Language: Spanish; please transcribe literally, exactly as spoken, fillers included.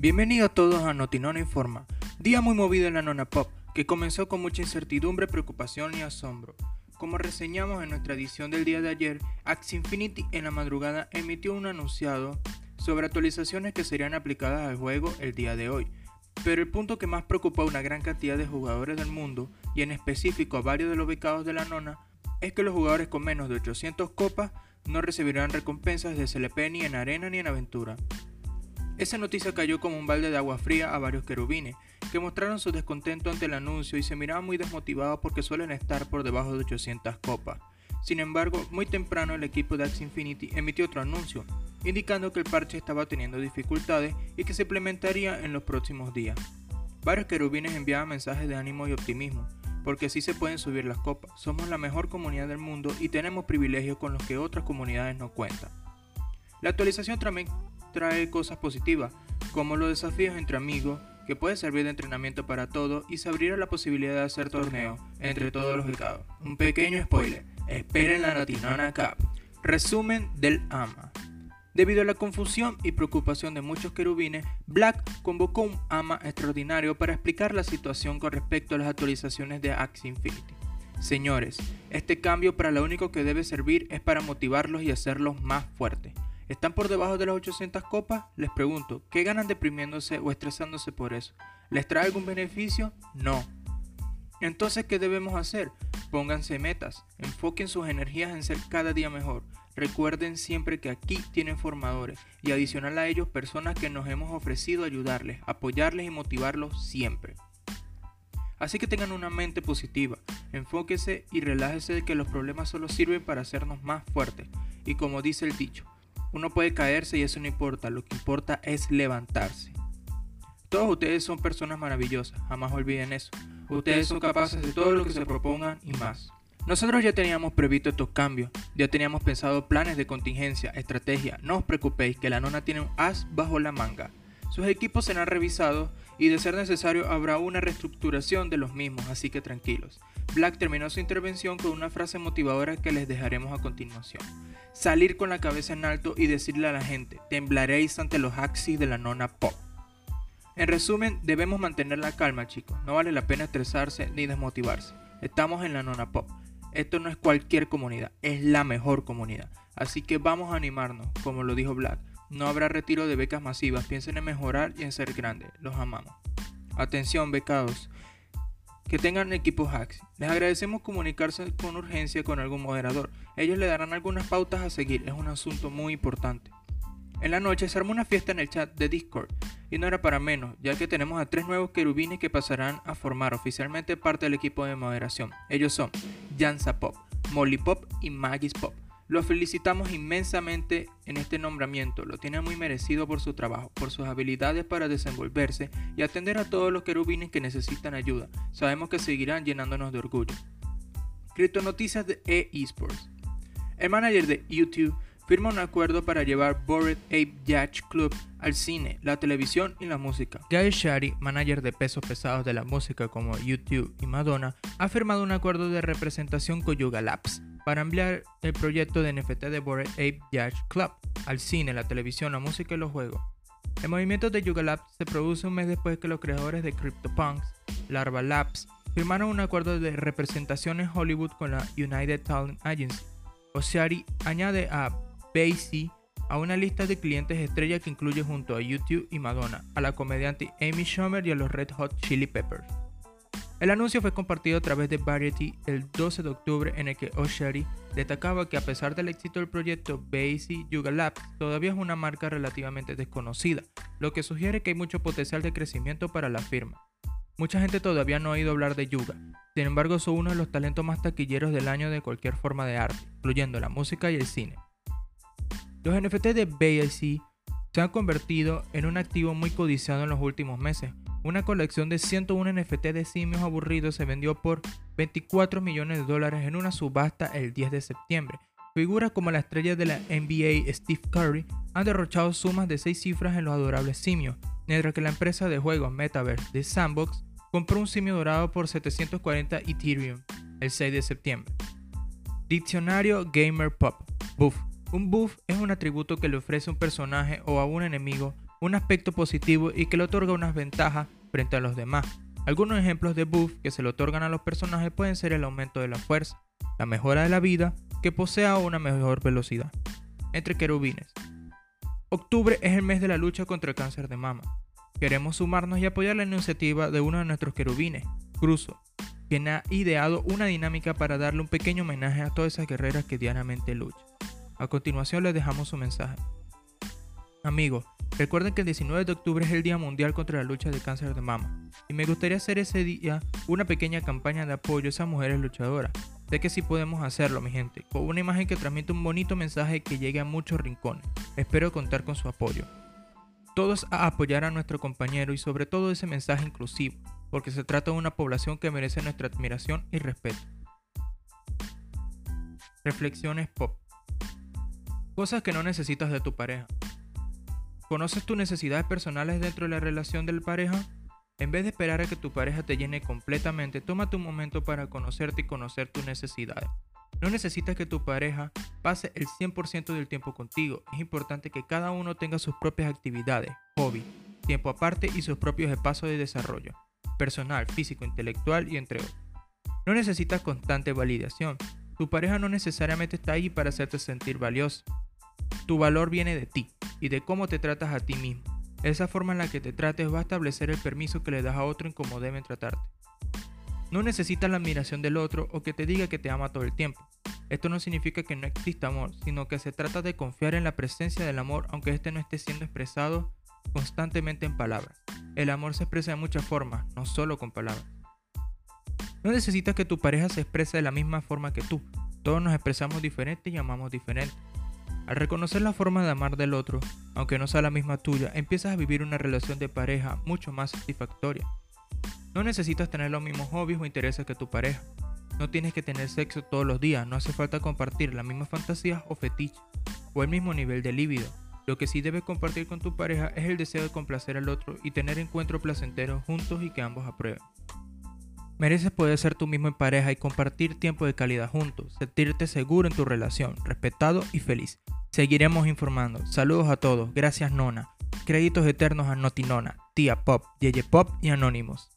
Bienvenidos todos a Notinona Informa, día muy movido en la Nona Pop, que comenzó con mucha incertidumbre, preocupación y asombro. Como reseñamos en nuestra edición del día de ayer, Axie Infinity en la madrugada emitió un anunciado sobre actualizaciones que serían aplicadas al juego el día de hoy. Pero el punto que más preocupó a una gran cantidad de jugadores del mundo, y en específico a varios de los becados de la Nona, es que los jugadores con menos de ochocientas copas no recibirán recompensas de C L P ni en arena ni en aventura. Esa noticia cayó como un balde de agua fría a varios querubines, que mostraron su descontento ante el anuncio y se miraban muy desmotivados porque suelen estar por debajo de ochocientas copas. Sin embargo, muy temprano el equipo de Axie Infinity emitió otro anuncio, indicando que el parche estaba teniendo dificultades y que se implementaría en los próximos días. Varios querubines enviaban mensajes de ánimo y optimismo, porque así se pueden subir las copas. Somos la mejor comunidad del mundo y tenemos privilegios con los que otras comunidades no cuentan. La actualización también trae cosas positivas, como los desafíos entre amigos, que puede servir de entrenamiento para todos y se abrirá la posibilidad de hacer torneos entre todos los becados. Un pequeño spoiler, esperen la Notinona Cup. Resumen del A M A. Debido a la confusión y preocupación de muchos querubines, Black convocó un A M A extraordinario para explicar la situación con respecto a las actualizaciones de Axie Infinity. Señores, este cambio para lo único que debe servir es para motivarlos y hacerlos más fuertes. ¿Están por debajo de las ochocientas copas? Les pregunto, ¿qué ganan deprimiéndose o estresándose por eso? ¿Les trae algún beneficio? No. Entonces, ¿qué debemos hacer? Pónganse metas, enfoquen sus energías en ser cada día mejor. Recuerden siempre que aquí tienen formadores y adicional a ellos personas que nos hemos ofrecido ayudarles, apoyarles y motivarlos siempre. Así que tengan una mente positiva, enfóquense y relájense de que los problemas solo sirven para hacernos más fuertes. Y como dice el dicho, uno puede caerse y eso no importa, lo que importa es levantarse. Todos ustedes son personas maravillosas, jamás olviden eso. Ustedes son capaces de todo lo que se propongan y más. Nosotros ya teníamos previsto estos cambios, ya teníamos pensado planes de contingencia, estrategia. No os preocupéis que la Nona tiene un as bajo la manga. Sus equipos serán revisados y de ser necesario habrá una reestructuración de los mismos, así que tranquilos. Black terminó su intervención con una frase motivadora que les dejaremos a continuación. Salir con la cabeza en alto y decirle a la gente, temblaréis ante los Axies de la Nona Pop. En resumen, debemos mantener la calma, chicos, no vale la pena estresarse ni desmotivarse. Estamos en la Nona Pop, esto no es cualquier comunidad, es la mejor comunidad, así que vamos a animarnos, como lo dijo Black. No habrá retiro de becas masivas, piensen en mejorar y en ser grandes, los amamos. Atención becados, que tengan equipos Axie. Les agradecemos comunicarse con urgencia con algún moderador. Ellos le darán algunas pautas a seguir, es un asunto muy importante. En la noche se armó una fiesta en el chat de Discord, y no era para menos, ya que tenemos a tres nuevos querubines que pasarán a formar oficialmente parte del equipo de moderación. Ellos son Jansa Pop, Molly Pop y Magis Pop. Los felicitamos inmensamente en este nombramiento, lo tienen muy merecido por su trabajo, por sus habilidades para desenvolverse y atender a todos los querubines que necesitan ayuda. Sabemos que seguirán llenándonos de orgullo. Criptonoticias de eSports. El manager de YouTube firma un acuerdo para llevar Bored Ape Yacht Club al cine, la televisión y la música. Guy Shari, manager de pesos pesados de la música como YouTube y Madonna, ha firmado un acuerdo de representación con Yuga Labs para ampliar el proyecto de N F T de Bored Ape Yacht Club al cine, la televisión, la música y los juegos. El movimiento de Yuga Labs se produce un mes después que los creadores de CryptoPunks, Larva Labs, firmaron un acuerdo de representación en Hollywood con la United Talent Agency. Oshari añade a Basie a una lista de clientes estrella que incluye junto a YouTube y Madonna, a la comediante Amy Schumer y a los Red Hot Chili Peppers. El anuncio fue compartido a través de Variety el doce de octubre, en el que Oshari destacaba que a pesar del éxito del proyecto, Basie Yuga Labs todavía es una marca relativamente desconocida, lo que sugiere que hay mucho potencial de crecimiento para la firma. Mucha gente todavía no ha oído hablar de Yuga, sin embargo son uno de los talentos más taquilleros del año de cualquier forma de arte, incluyendo la música y el cine. Los N F T de Basie se han convertido en un activo muy codiciado en los últimos meses. Una colección de ciento uno N F T de simios aburridos se vendió por veinticuatro millones de dólares en una subasta el diez de septiembre. Figuras como la estrella de la N B A Steve Curry han derrochado sumas de seis cifras en los adorables simios, mientras que la empresa de juegos Metaverse de Sandbox compró un simio dorado por setecientos cuarenta Ethereum el seis de septiembre. Diccionario Gamer Pop. Buff. Un buff es un atributo que le ofrece un personaje o a un enemigo un aspecto positivo y que le otorga unas ventajas frente a los demás. Algunos ejemplos de buff que se le otorgan a los personajes pueden ser el aumento de la fuerza, la mejora de la vida, que posea una mejor velocidad. Entre querubines. Octubre es el mes de la lucha contra el cáncer de mama. Queremos sumarnos y apoyar la iniciativa de uno de nuestros querubines, Cruzo, quien ha ideado una dinámica para darle un pequeño homenaje a todas esas guerreras que diariamente luchan. A continuación les dejamos su mensaje. Amigos, recuerden que el diecinueve de octubre es el Día Mundial contra la lucha del cáncer de mama, y me gustaría hacer ese día una pequeña campaña de apoyo a esas mujeres luchadoras. Sé que sí podemos hacerlo, mi gente, con una imagen que transmite un bonito mensaje que llegue a muchos rincones. Espero contar con su apoyo. Todos a apoyar a nuestro compañero y sobre todo ese mensaje inclusivo, porque se trata de una población que merece nuestra admiración y respeto. Reflexiones pop. Cosas que no necesitas de tu pareja. ¿Conoces tus necesidades personales dentro de la relación de la pareja? En vez de esperar a que tu pareja te llene completamente, tómate un momento para conocerte y conocer tus necesidades. No necesitas que tu pareja pase el cien por ciento del tiempo contigo. Es importante que cada uno tenga sus propias actividades, hobbies, tiempo aparte y sus propios espacios de desarrollo personal, físico, intelectual y entre otros. No necesitas constante validación. Tu pareja no necesariamente está ahí para hacerte sentir valioso. Tu valor viene de ti y de cómo te tratas a ti mismo. Esa forma en la que te trates va a establecer el permiso que le das a otro en cómo deben tratarte. No necesitas la admiración del otro o que te diga que te ama todo el tiempo. Esto no significa que no exista amor, sino que se trata de confiar en la presencia del amor aunque este no esté siendo expresado constantemente en palabras. El amor se expresa de muchas formas, no solo con palabras. No necesitas que tu pareja se exprese de la misma forma que tú. Todos nos expresamos diferente y amamos diferente. Al reconocer la forma de amar del otro, aunque no sea la misma tuya, empiezas a vivir una relación de pareja mucho más satisfactoria. No necesitas tener los mismos hobbies o intereses que tu pareja. No tienes que tener sexo todos los días, no hace falta compartir las mismas fantasías o fetiches, o el mismo nivel de líbido. Lo que sí debes compartir con tu pareja es el deseo de complacer al otro y tener encuentros placenteros juntos y que ambos aprueben. Mereces poder ser tú mismo en pareja y compartir tiempo de calidad juntos, sentirte seguro en tu relación, respetado y feliz. Seguiremos informando. Saludos a todos, gracias Nona. Créditos eternos a Notinona, Tía Pop, Yeye Pop y Anónimos.